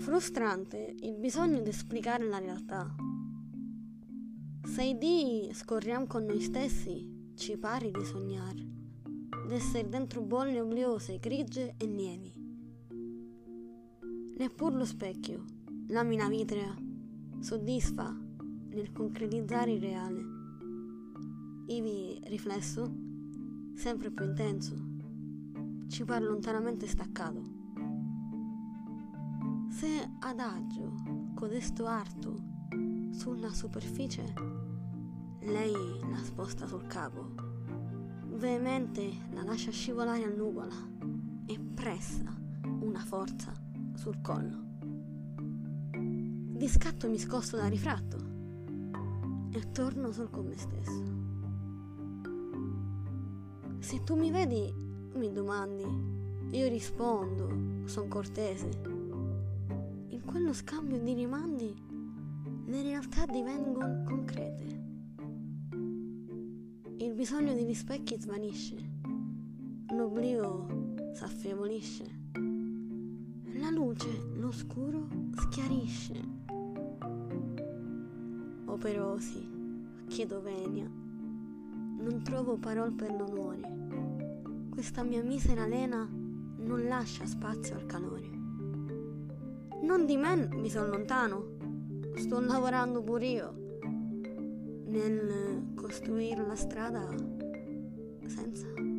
Frustrante il bisogno di esplicare la realtà. Se i dì scorriamo con noi stessi, ci pare di sognare, d'essere dentro bolle obliose, grigie e lievi. Neppur lo specchio, lamina vitrea, soddisfa nel concretizzare il reale. Ivi riflesso, sempre più intenso, ci par lontanamente staccato. Se adagio codesto arto sulla superficie, lei la sposta sul capo, veemente la lascia scivolare a nuvola e pressa una forza sul collo. Di scatto mi scosto da rifratto e torno sol con me stesso. Se tu mi vedi, mi domandi, io rispondo, son cortese. In quello scambio di rimandi le realtà divengono concrete. Il bisogno di rispecchi svanisce, l'oblio s'affievolisce, la luce l'oscuro schiarisce. Operosi, chiedo venia, non trovo parole per l'onore. Questa mia misera lena non lascia spazio al calore. Non di me mi son lontano, sto lavorando pur io nel costruire la strada senza